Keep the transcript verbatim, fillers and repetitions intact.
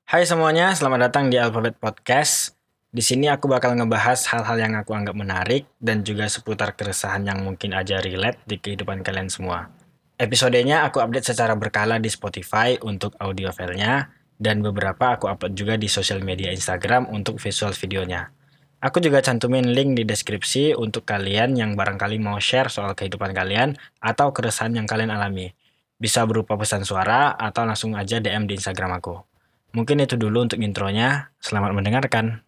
Hai semuanya, selamat datang di Alphabet Podcast. Di sini aku bakal ngebahas hal-hal yang aku anggap menarik dan juga seputar keresahan yang mungkin aja relate di kehidupan kalian semua. Episodenya aku update secara berkala di Spotify untuk audio filenya dan beberapa aku upload juga di sosial media Instagram untuk visual videonya. Aku juga cantumin link di deskripsi untuk kalian yang barangkali mau share soal kehidupan kalian atau keresahan yang kalian alami. Bisa berupa pesan suara atau langsung aja D M di Instagram aku. Mungkin itu dulu untuk intronya. Selamat mendengarkan.